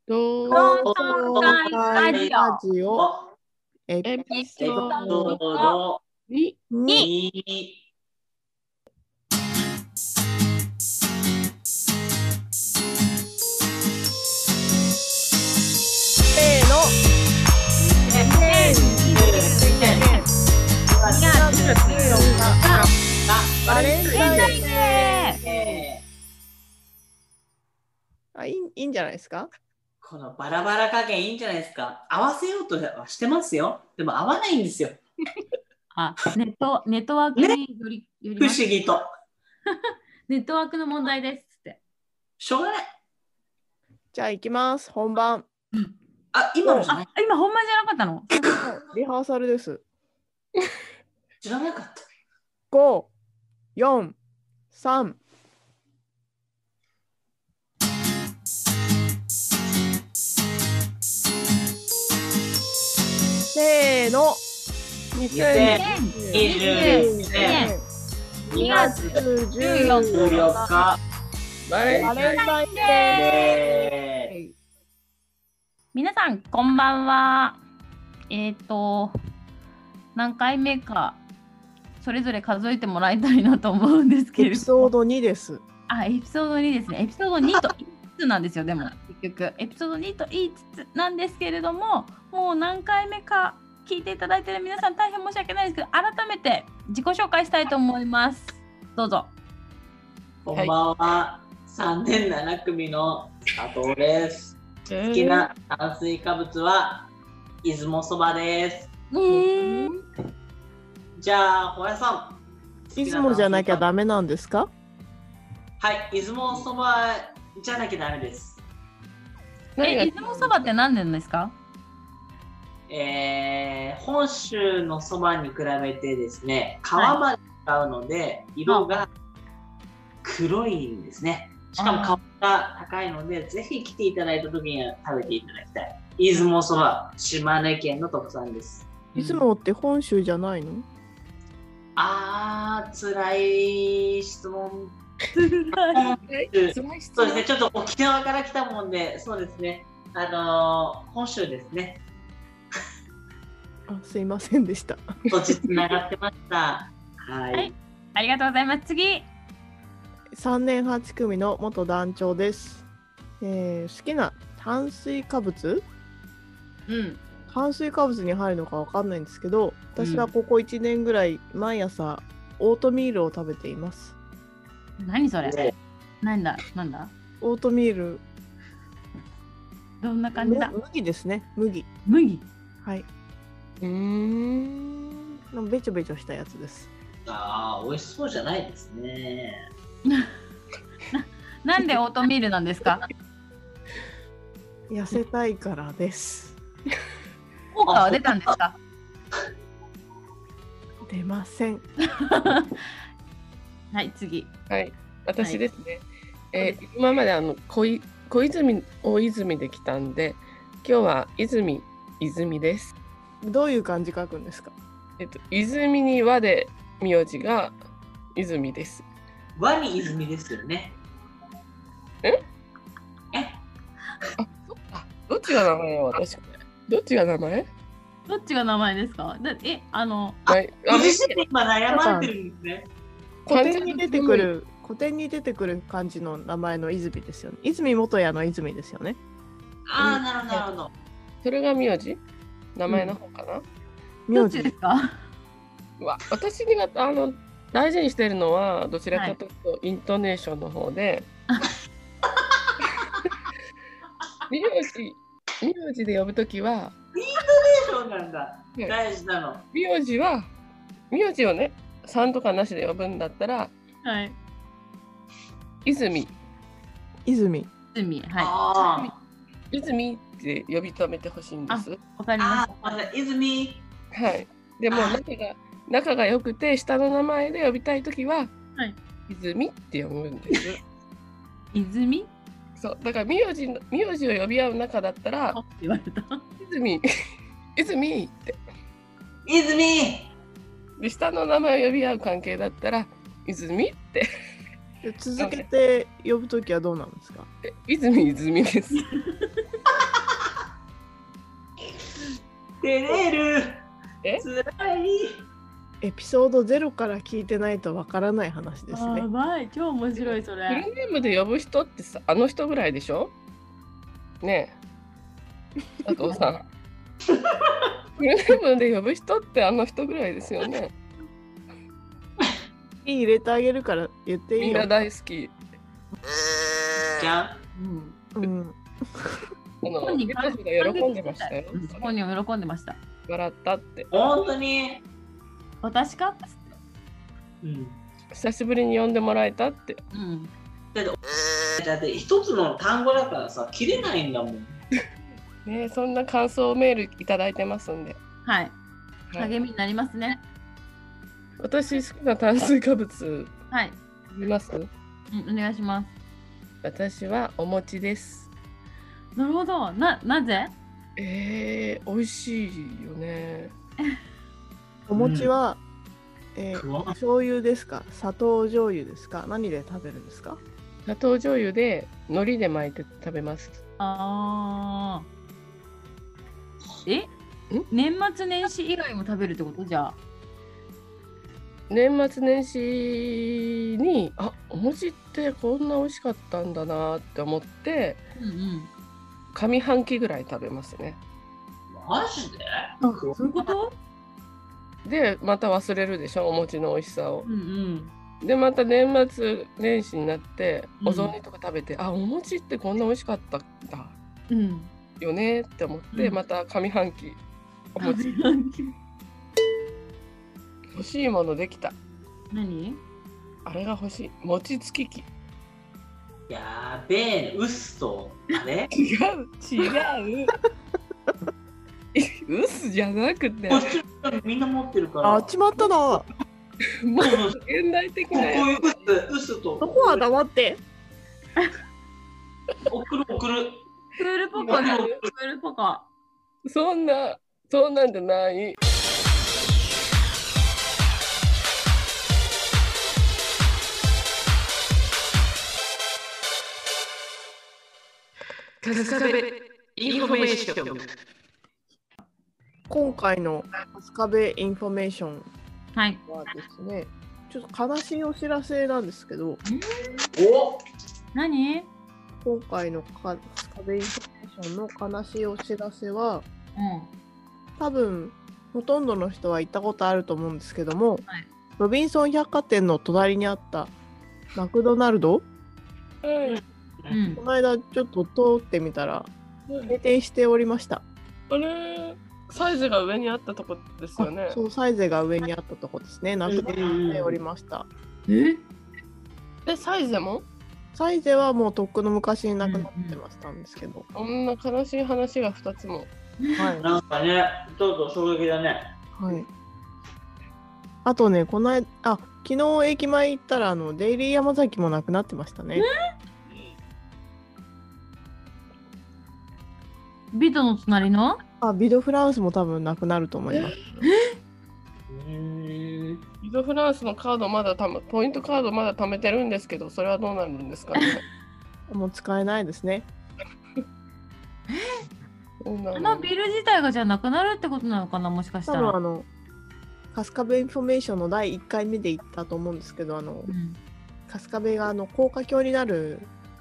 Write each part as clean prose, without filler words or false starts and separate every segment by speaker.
Speaker 1: 同
Speaker 2: 同
Speaker 1: 窓
Speaker 2: 窓会
Speaker 1: 会ラジオエピソード2。せーの。2021年2月14日バレンタインデー。いいんじゃないですか。
Speaker 3: このバラバラ加減いいんじゃないですか。合わせようとはしてますよ。でも合わないんですよ。
Speaker 2: ネットワークにより
Speaker 3: 不思議と。
Speaker 2: ネットワークの問題ですって。
Speaker 3: しょうがない。
Speaker 1: じゃあ行きます。本番。
Speaker 3: 今のじゃない。
Speaker 2: 今本番じゃなかったの？
Speaker 1: リハーサルです。
Speaker 3: 知らなかった。
Speaker 1: 5、4、3。せーの。
Speaker 3: 2021年2月14日
Speaker 1: バレンタインデー。
Speaker 2: 皆さんこんばんは。何回目かそれぞれ数えてもらいたいなと思うんですけれど。
Speaker 1: エピソード2です。
Speaker 2: エピソード2ですね。エピソード2と言いつつなんですよ。でも結局エピソード2と言いつつなんですけれども、もう何回目か聞いていただいている皆さん大変申し訳ないですけど、改めて自己紹介したいと思います。どうぞ。
Speaker 3: こんばんは。3年7組の佐藤です。好きな炭水化物は出雲そばです。じゃあ、ほやさん。
Speaker 1: 出雲じゃなきゃダメなんですか？
Speaker 3: はい、出雲そばじゃなきゃダメです。
Speaker 2: 出雲そばって何年ですか？
Speaker 3: 本州のそばに比べてですね、皮まで使うので、色が黒いんですね。しかも皮が高いので、ぜひ来ていただいた時には食べていただきたい。出雲そば、島根県の特産です。
Speaker 1: 出雲って本州じゃないの？
Speaker 3: 辛い質問。そうですね、ちょっと沖縄から来たもんで、そうですね、本州ですね。
Speaker 1: すいませんでした。
Speaker 3: そっちつながってました。はい。
Speaker 2: ありがとうございます。次。
Speaker 1: 3年8組の元団長です。好きな炭水化物？炭水化物に入るのかわかんないんですけど、私はここ1年ぐらい毎朝オートミールを食べています。
Speaker 2: 何それ？なんだ
Speaker 1: オートミール。
Speaker 2: どんな感じだ？
Speaker 1: 麦ですね。麦。はい。べちょべちょしたやつです。
Speaker 3: 美味しそうじゃないですね。
Speaker 2: なんでオートミールなんですか？
Speaker 1: 痩せたいからです。
Speaker 2: 効果は出たんですか？
Speaker 1: 出ません。
Speaker 2: はい、次。
Speaker 4: はい、私ですね。今まで小泉大泉で来たんで、今日は泉です。
Speaker 1: どういう漢字書くんですか？
Speaker 4: 泉に和で名字が泉です。
Speaker 3: 和に泉ですよね。
Speaker 4: どっちが名前は私？どっちが名前？
Speaker 2: どっちが名前ですか？
Speaker 3: ご自身で今悩まれてるんですね。
Speaker 1: 古典に出てくる漢字の名前の泉ですよね。泉元彌の泉ですよね。
Speaker 3: なるほど。
Speaker 4: それが名字？名前の方かな？
Speaker 2: 名字ですか？
Speaker 4: 私が大事にしているのはどちらかというとイントネーションの方で、名字で呼ぶときは
Speaker 3: イントネーションなんだ。大事なの。
Speaker 4: 名字をね、さんとかなしで呼ぶんだったら、泉、
Speaker 2: はい。
Speaker 4: 泉って呼び止めてほしいんです。
Speaker 2: わかりました。
Speaker 3: 泉。
Speaker 4: はい。でも仲が良くて下の名前で呼びたいときは、泉って呼ぶんです。
Speaker 2: 泉？
Speaker 4: そう、だから名字を呼び合う仲だったら、
Speaker 2: 言われた。
Speaker 4: 泉って。
Speaker 3: 泉。
Speaker 4: で下の名前を呼び合う関係だったら、泉って。
Speaker 1: 続けて呼ぶときはどうなんですか？
Speaker 4: 泉です。
Speaker 3: 照れる。
Speaker 4: え
Speaker 3: つらい。
Speaker 1: エピソード0から聞いてないとわからない話ですね
Speaker 2: や。ばい、超面白いそ
Speaker 4: フ
Speaker 2: れ。
Speaker 4: ルネームで呼ぶ人ってさ、あの人ぐらいでしょねえ。佐藤さん。フルネームで呼ぶ人ってあの人ぐらいですよね。
Speaker 1: いい入れてあげるから言っていいよ
Speaker 4: みんな。大好き。
Speaker 3: じゃ
Speaker 2: うん。
Speaker 1: うん。
Speaker 2: 本人
Speaker 4: ゲタフが喜んでましたよ。
Speaker 2: 本人も喜んでました。
Speaker 4: 笑ったって。
Speaker 3: ん。本当に。
Speaker 2: 私かっつって。
Speaker 3: うん。
Speaker 4: 久しぶりに呼んでもらえたって。
Speaker 2: うん。
Speaker 3: だって一つの単語だからさ、切れないんだもん。
Speaker 4: ねえ、そんな感想メールいただいてますんで。
Speaker 2: はい。
Speaker 4: はい
Speaker 2: 励みになりますね。
Speaker 4: 私好きな炭水化物
Speaker 2: はい。
Speaker 4: 見ます？
Speaker 2: うん、お願いします。
Speaker 4: 私はお餅です。
Speaker 2: なるほど。なぜ？
Speaker 4: 美味しいよね。
Speaker 1: お餅は、
Speaker 3: うわ
Speaker 1: 醤油ですか、砂糖醤油ですか、何で食べるんですか？
Speaker 4: 砂糖醤油で海苔で巻いて食べます。
Speaker 2: ああ。年末年始以外も食べるってことじゃあ。
Speaker 4: 年末年始にお餅ってこんな美味しかったんだなって思って
Speaker 2: うんうん。
Speaker 4: 上半期ぐらい食べますね。
Speaker 3: マジで？
Speaker 2: そういうこと？
Speaker 4: でまた忘れるでしょ、お餅の美味しさを。
Speaker 2: うん
Speaker 4: でまた年末年始になって
Speaker 2: うん
Speaker 4: お雑煮とか食べて、お餅ってこんな美味しかったんだ
Speaker 2: うん。うん。
Speaker 4: よねって思って、
Speaker 2: うん
Speaker 4: また上半期お餅欲しいものできた。
Speaker 2: 何？
Speaker 4: あれが欲しい。餅つき機。
Speaker 3: やべえ、ウスとあれ
Speaker 4: 違ううすじゃなくて
Speaker 3: こっちみんな持ってるから。
Speaker 1: あ、ちまったな。
Speaker 4: もう現代的なや
Speaker 3: こういうウスと。
Speaker 1: そこは黙って。
Speaker 3: 送る。
Speaker 2: クールポコね。クールポコ。
Speaker 4: つ。そんなんじゃない。カスカベインフォメーション。
Speaker 1: 今回の春日部インフォメーション
Speaker 2: はい。
Speaker 1: はですね、ちょっと悲しいお知らせなんですけど、
Speaker 3: お、
Speaker 2: 何？
Speaker 1: 今回の春日部インフォメーションの悲しいお知らせは、多分ほとんどの人は行ったことあると思うんですけども、
Speaker 2: はい
Speaker 1: ロビンソン百貨店の隣にあったマクドナルド、
Speaker 2: うん。
Speaker 1: この間ちょっと通ってみたら閉店しておりました。
Speaker 4: あれサイズが上にあったとこですよね。
Speaker 1: そう、サイズが上にあったとこですね。なくなっておりました。
Speaker 4: サイズも
Speaker 1: サイゼはもうとっくの昔になくなってましたんですけど、
Speaker 4: こんな悲しい話が2つも。
Speaker 1: はい、
Speaker 3: なんかね、ちょっと衝撃だね。
Speaker 1: はい。あとね、この間、昨日駅前行ったらデイリー山崎もなくなってましたね。
Speaker 2: ビトの隣の？
Speaker 1: ビドフランスも多分なくなると思います。
Speaker 4: ビドフランスのカードポイントカードまだ貯めてるんですけど、それはどうなるんですかね。
Speaker 1: もう使えないですね。
Speaker 2: ビル自体がじゃあなくなるってことなのかな、もしかした
Speaker 1: 多
Speaker 2: ら。
Speaker 1: 分春日部インフォメーションの第1回目で行ったと思うんですけど、春日部が高架橋になる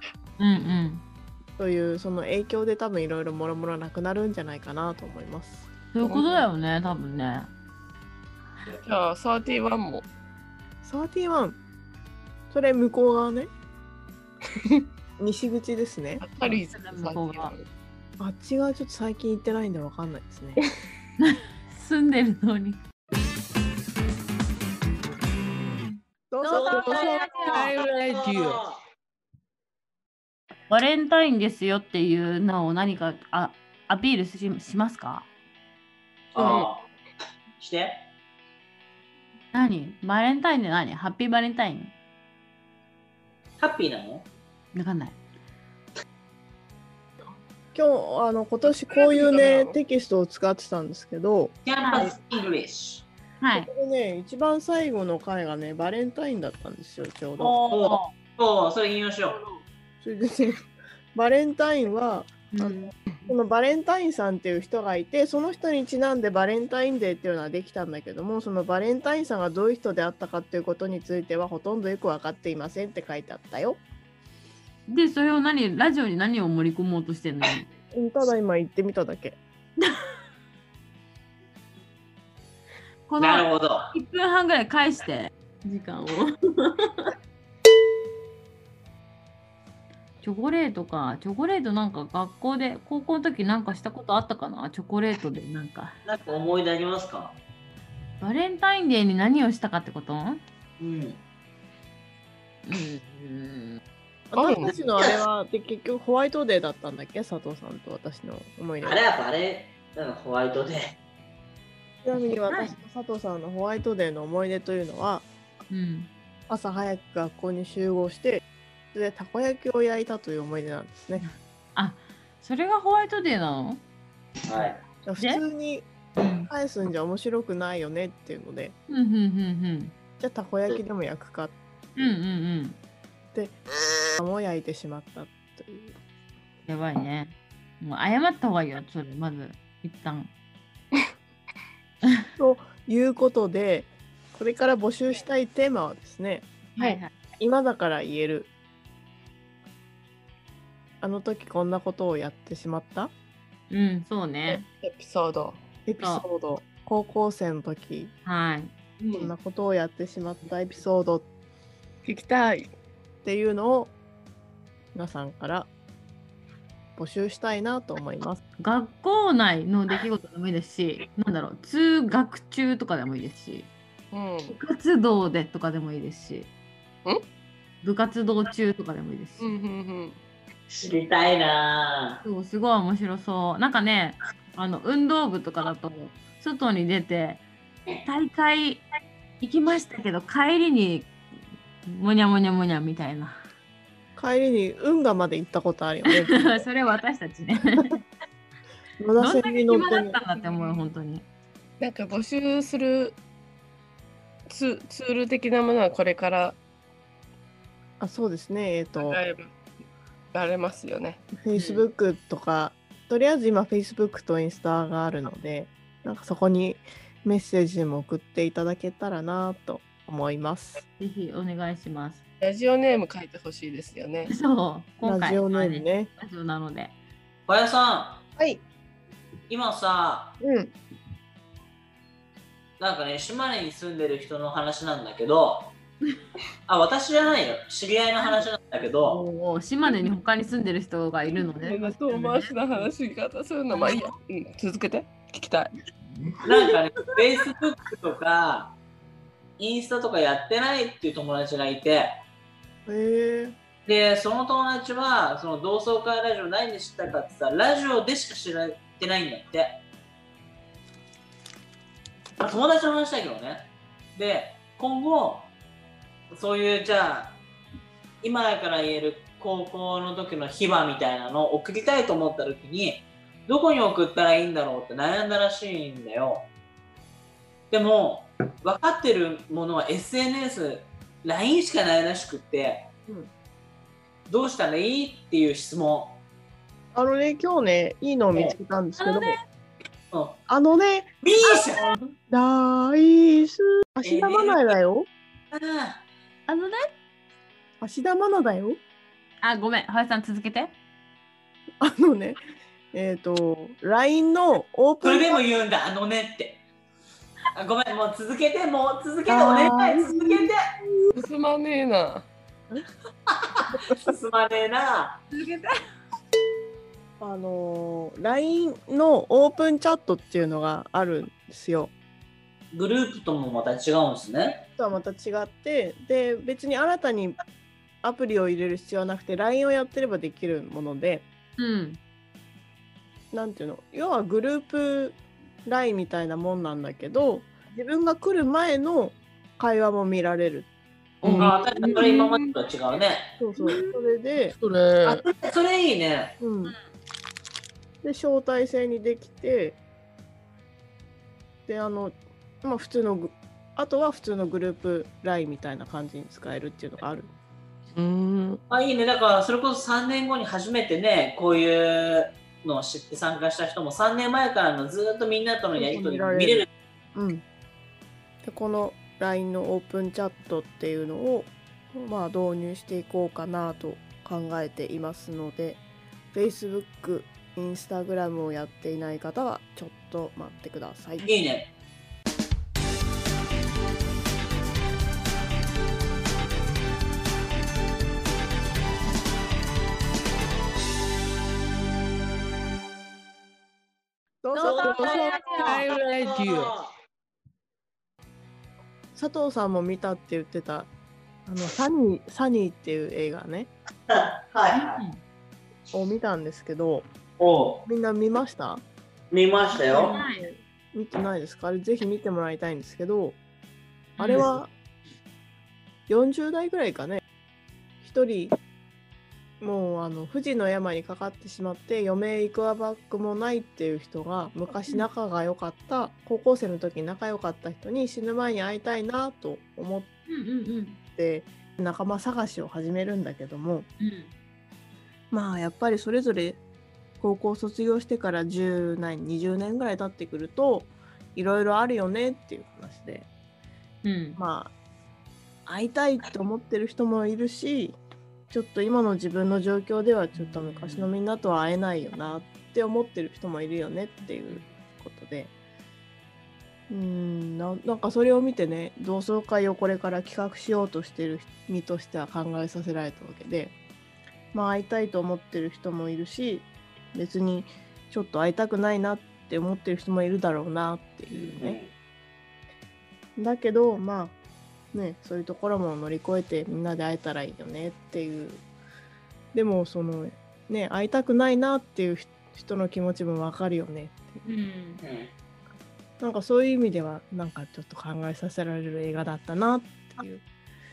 Speaker 1: というその影響で多分いろいろもろもろなくなるんじゃないかなと思います。
Speaker 2: そういうことだよね、多分ね。
Speaker 4: じゃあ31も。
Speaker 1: 31、それ向こう側ね。西口ですね。
Speaker 2: 向こう側。
Speaker 1: あっち側ちょっと最近行ってないんでわかんないですね。
Speaker 2: 住んでるのに。
Speaker 1: どうぞ
Speaker 2: バレンタインですよっていうのを何かアピールしますか？
Speaker 3: して。
Speaker 2: 何？バレンタインで何？ハッピーバレンタイン？
Speaker 3: ハッピーなの？
Speaker 2: わかんない。
Speaker 1: 今年こういうねテキストを使ってたんですけど、
Speaker 3: キャンパスイングリッシ
Speaker 2: はい。
Speaker 1: これね、一番最後の回がねバレンタインだったんですよ、ちょうど。
Speaker 3: ュ。それ引用しよう。
Speaker 1: それでね、バレンタインはそのバレンタインさんっていう人がいて、その人にちなんでバレンタインデーっていうのはできたんだけども、そのバレンタインさんがどういう人であったかっていうことについてはほとんどよく分かっていませんって書いてあったよ。
Speaker 2: で、それをラジオに何を盛り込もうとしてんのよ。
Speaker 1: ただ今言ってみただけ。
Speaker 2: この
Speaker 3: なるほど。
Speaker 2: 1分半ぐらい返して時間を。チョコレートか。チョコレートなんか学校で高校の時なんかしたことあったかな。チョコレートでなんか。
Speaker 3: なんか思い出ありますか？
Speaker 2: バレンタインデーに何をしたかってこと？
Speaker 3: うん。
Speaker 1: 私たちのあれはで結局ホワイトデーだったんだっけ、佐藤さんと私の思い出は。
Speaker 3: あれはバレなんかホワイトで。
Speaker 1: ちなみに私と佐藤さんのホワイトデーの思い出というのは、朝早く学校に集合してでたこ焼きを焼いたという思い出なんですね。
Speaker 2: あ、それがホワイトデーなの？
Speaker 3: はい。
Speaker 1: 普通に返すんじゃ面白くないよねっていうので、じゃあたこ焼きでも焼くかっても焼いてしまったという。
Speaker 2: やばいね。もう謝った方がいいよ、それまず一旦。
Speaker 1: ということで、これから募集したいテーマはですね、
Speaker 2: はいはい。
Speaker 1: 今だから言えるあの時こんなことをやってしまった
Speaker 2: そうね。
Speaker 4: エピソード。
Speaker 1: 高校生の時
Speaker 2: はい。
Speaker 1: こんなことをやってしまったエピソード
Speaker 4: 聞きたい。
Speaker 1: っていうのを皆さんから募集したいなと思います。
Speaker 2: 学校内の出来事でもいいですし、通学中とかでもいいですし、部活動でとかでもいいですし、部活動中とかでもいいですし。
Speaker 3: 知りたいなぁ。
Speaker 2: そう、すごい面白そう。なんかね、運動部とかだと外に出て大会行きましたけど帰りにもにゃもにゃもにゃみたいな。
Speaker 1: 帰りに運河まで行ったことあるよね。
Speaker 2: それ私たちね。
Speaker 1: どんだけ
Speaker 2: 暇だったんだって思う、本当に。
Speaker 4: なんか募集するツール的なものはこれから
Speaker 1: そうですね。
Speaker 4: やれますよね。
Speaker 1: Facebook とか、とりあえず今 Facebook とインスタがあるので、なんかそこにメッセージでも送っていただけたらなと思います。
Speaker 2: ぜひお願いします。
Speaker 4: ラジオネーム書いてほしいですよね。
Speaker 2: そう、今回
Speaker 1: ラジオネームね。
Speaker 2: ラジオなので。
Speaker 3: 小屋さ
Speaker 1: ん。はい。
Speaker 3: 今さ、なんかね、島根に住んでる人の話なんだけど、私じゃないよ。知り合いの話なんだけど。
Speaker 2: 島根に他に住んでる人がいるのね。
Speaker 4: 遠回しな話し方するの、まあいいや。続けて。聞きたい。
Speaker 3: なんかね、Facebook とか、インスタとかやってないっていう友達がいて、で、その友達は、その同窓会ラジオ何で知ったかってさ、ラジオでしか知られてないんだって。友達の話だけどね。で、今後、そういうじゃあ今から言える高校の時の秘話みたいなのを送りたいと思った時にどこに送ったらいいんだろうって悩んだらしいんだよ。でも分かってるものは SNS、LINE しかないらしくって、どうしたらいいっていう質問。
Speaker 1: 今日ねいいのを見つけたんですけど、ミーシャ大好き芦田愛菜だよ。芦田愛菜だよ。
Speaker 2: ごめん、林さん続けて。
Speaker 1: LINE のオープン。
Speaker 3: それでも言うんだ、って。ごめん、もう続けて、お願い、続けて。
Speaker 4: 進まねえな。
Speaker 3: 進まねえな。
Speaker 2: 続けて。
Speaker 1: LINE のオープンチャットっていうのがあるんですよ。
Speaker 3: グループともまた違うんですね。
Speaker 1: とはまた違って、で別に新たにアプリを入れる必要はなくて LINE をやってればできるもので、なんていうの、要はグループ LINE みたいなもんなんだけど、自分が来る前の会話も見られる。
Speaker 3: 確かにこれ今までとは違うね。
Speaker 1: そうそう、それで
Speaker 3: それいいね。
Speaker 1: で招待制にできて、で普通のあとは普通のグループ LINE みたいな感じに使えるっていうのがある。
Speaker 3: いいね。だからそれこそ3年後に初めてね、こういうのを知って参加した人も3年前からのずっとみんなとのやり取り見れる。
Speaker 1: うん。でこの LINE のオープンチャットっていうのをまあ導入していこうかなと考えていますので、Facebook、Instagram をやっていない方はちょっと待ってください。
Speaker 3: いいね。
Speaker 1: どうぞ
Speaker 4: タイムラジオ。
Speaker 1: 佐藤さんも見たって言ってたサニーっていう映画ねを見たんですけど、みんな見ました？
Speaker 3: 見ましたよ。
Speaker 1: 見てないですか？あれぜひ見てもらいたいんですけど、あれは40代ぐらいかね、一人もう不治の病にかかってしまって余命いくばくもないっていう人が、昔仲が良かった高校生の時に仲良かった人に死ぬ前に会いたいなと思って仲間探しを始めるんだけども、まあやっぱりそれぞれ高校卒業してから10年20年ぐらい経ってくるといろいろあるよねっていう話で、まあ会いたいと思ってる人もいるし、ちょっと今の自分の状況ではちょっと昔のみんなとは会えないよなって思ってる人もいるよねっていうことで、なんかそれを見てね、同窓会をこれから企画しようとしてる身としては考えさせられたわけで、まあ会いたいと思ってる人もいるし、別にちょっと会いたくないなって思ってる人もいるだろうなっていうね、だけどまあね、そういうところも乗り越えてみんなで会えたらいいよねっていう。でもそのね、会いたくないなっていう人の気持ちもわかるよねっていう、なんかそういう意味ではなんかちょっと考えさせられる映画だったなっていう、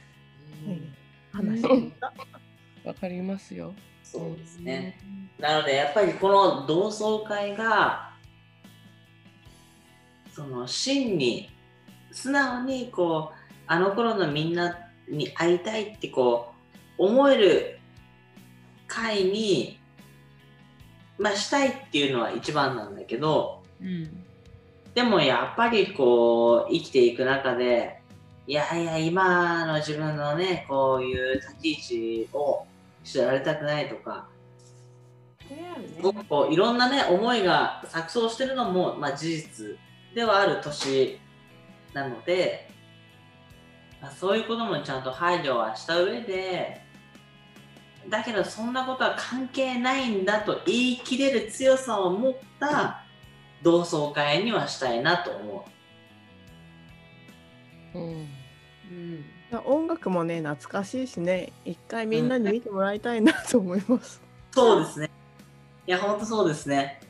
Speaker 1: 話でした。
Speaker 4: わかりますよ。
Speaker 3: そうですね。なのでやっぱりこの同窓会がその真に素直にこうあの頃のみんなに会いたいってこう思える会に、したいっていうのは一番なんだけど、でもやっぱりこう生きていく中でいや今の自分のねこういう立ち位置を知られたくないとか、すごくこういろんなね思いが錯綜してるのも、事実ではある年なので、そういうこともちゃんと配慮はした上で、だけどそんなことは関係ないんだと言い切れる強さを持った同窓会にはしたいなと思
Speaker 1: う。音楽もね懐かしいしね、一回みんなに見てもらいたいなと思います。
Speaker 3: そうですね。いや本当そうですね。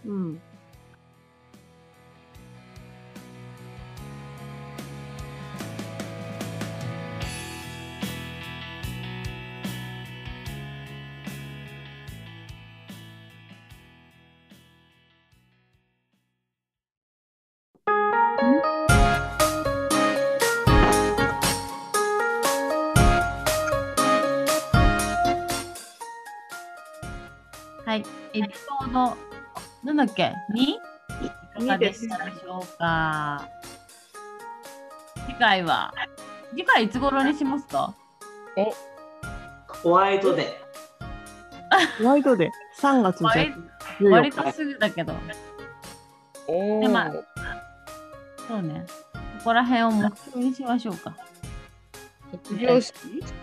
Speaker 2: はい、エピソードなんだっけ 2? いかがでしたでしょうか。次回いつ頃にしますか？
Speaker 3: ホワイトデ
Speaker 1: ー。ホワイトデー3月14日。
Speaker 2: 割とすぐだけど。でそうね。ここら辺を目標にしましょうか。
Speaker 4: 卒業式？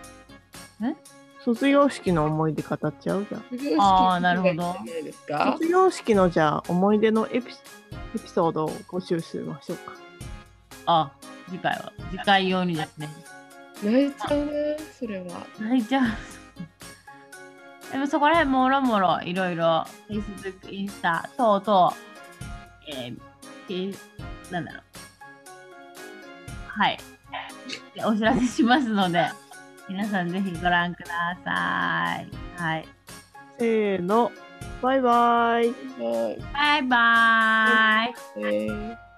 Speaker 1: 卒業式の思い出語っちゃうじゃん。
Speaker 2: ああ、なるほど。
Speaker 1: 卒業式のじゃあ思い出のエピソードを募集しましょうか。
Speaker 2: 次回用にですね。
Speaker 3: 泣いちゃうね、それは。
Speaker 2: 泣いちゃう。でもそこら辺もろもろいろいろ Facebook、インスタ等々、なんだろう。はい。お知らせしますので、皆さんぜひご覧ください。はい。
Speaker 1: せーの。バイバイ。
Speaker 2: バイバイ。